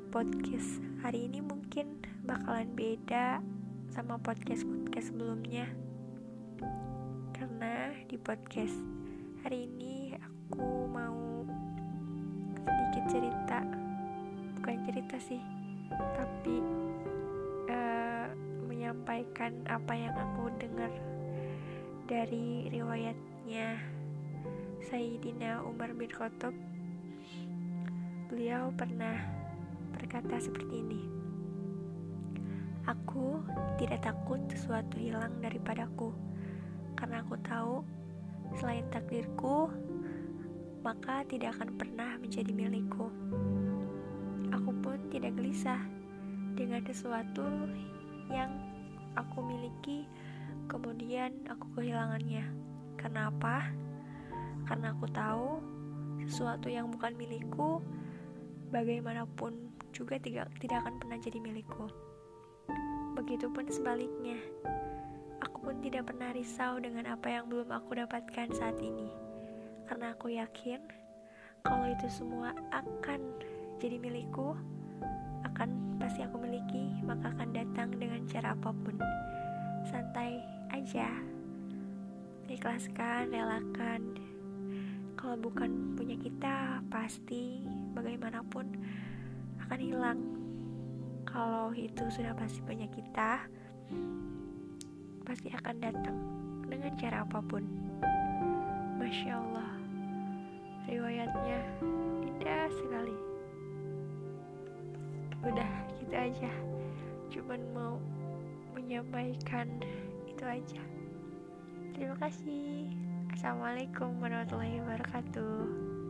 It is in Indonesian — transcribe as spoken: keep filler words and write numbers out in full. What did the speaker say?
podcast hari ini mungkin bakalan beda sama podcast-podcast sebelumnya. Karena di podcast hari ini aku mau sedikit cerita. Bukan cerita sih, tapi uh, menyampaikan apa yang aku dengar dari riwayatnya Sayyidina Umar bin Khattab. Beliau pernah berkata seperti ini, "Aku tidak takut sesuatu hilang daripadaku, karena aku tahu selain takdirku, maka tidak akan pernah menjadi milikku. Aku pun tidak gelisah dengan sesuatu yang aku miliki, kemudian aku kehilangannya. Karena apa? Karena aku tahu sesuatu yang bukan milikku, bagaimanapun juga tidak, tidak akan pernah jadi milikku. Begitupun sebaliknya, aku pun tidak pernah risau dengan apa yang belum aku dapatkan saat ini, karena aku yakin kalau itu semua akan jadi milikku, akan pasti aku miliki, maka akan datang dengan cara apapun. Santai aja, ikhlaskan, relakan. Kalau bukan punya kita, pasti bagaimanapun akan hilang. Kalau itu sudah pasti punya kita, pasti akan datang dengan cara apapun." Masya Allah, riwayatnya indah sekali. Udah gitu aja, cuman mau menyampaikan itu aja. Terima kasih. Assalamualaikum warahmatullahi wabarakatuh.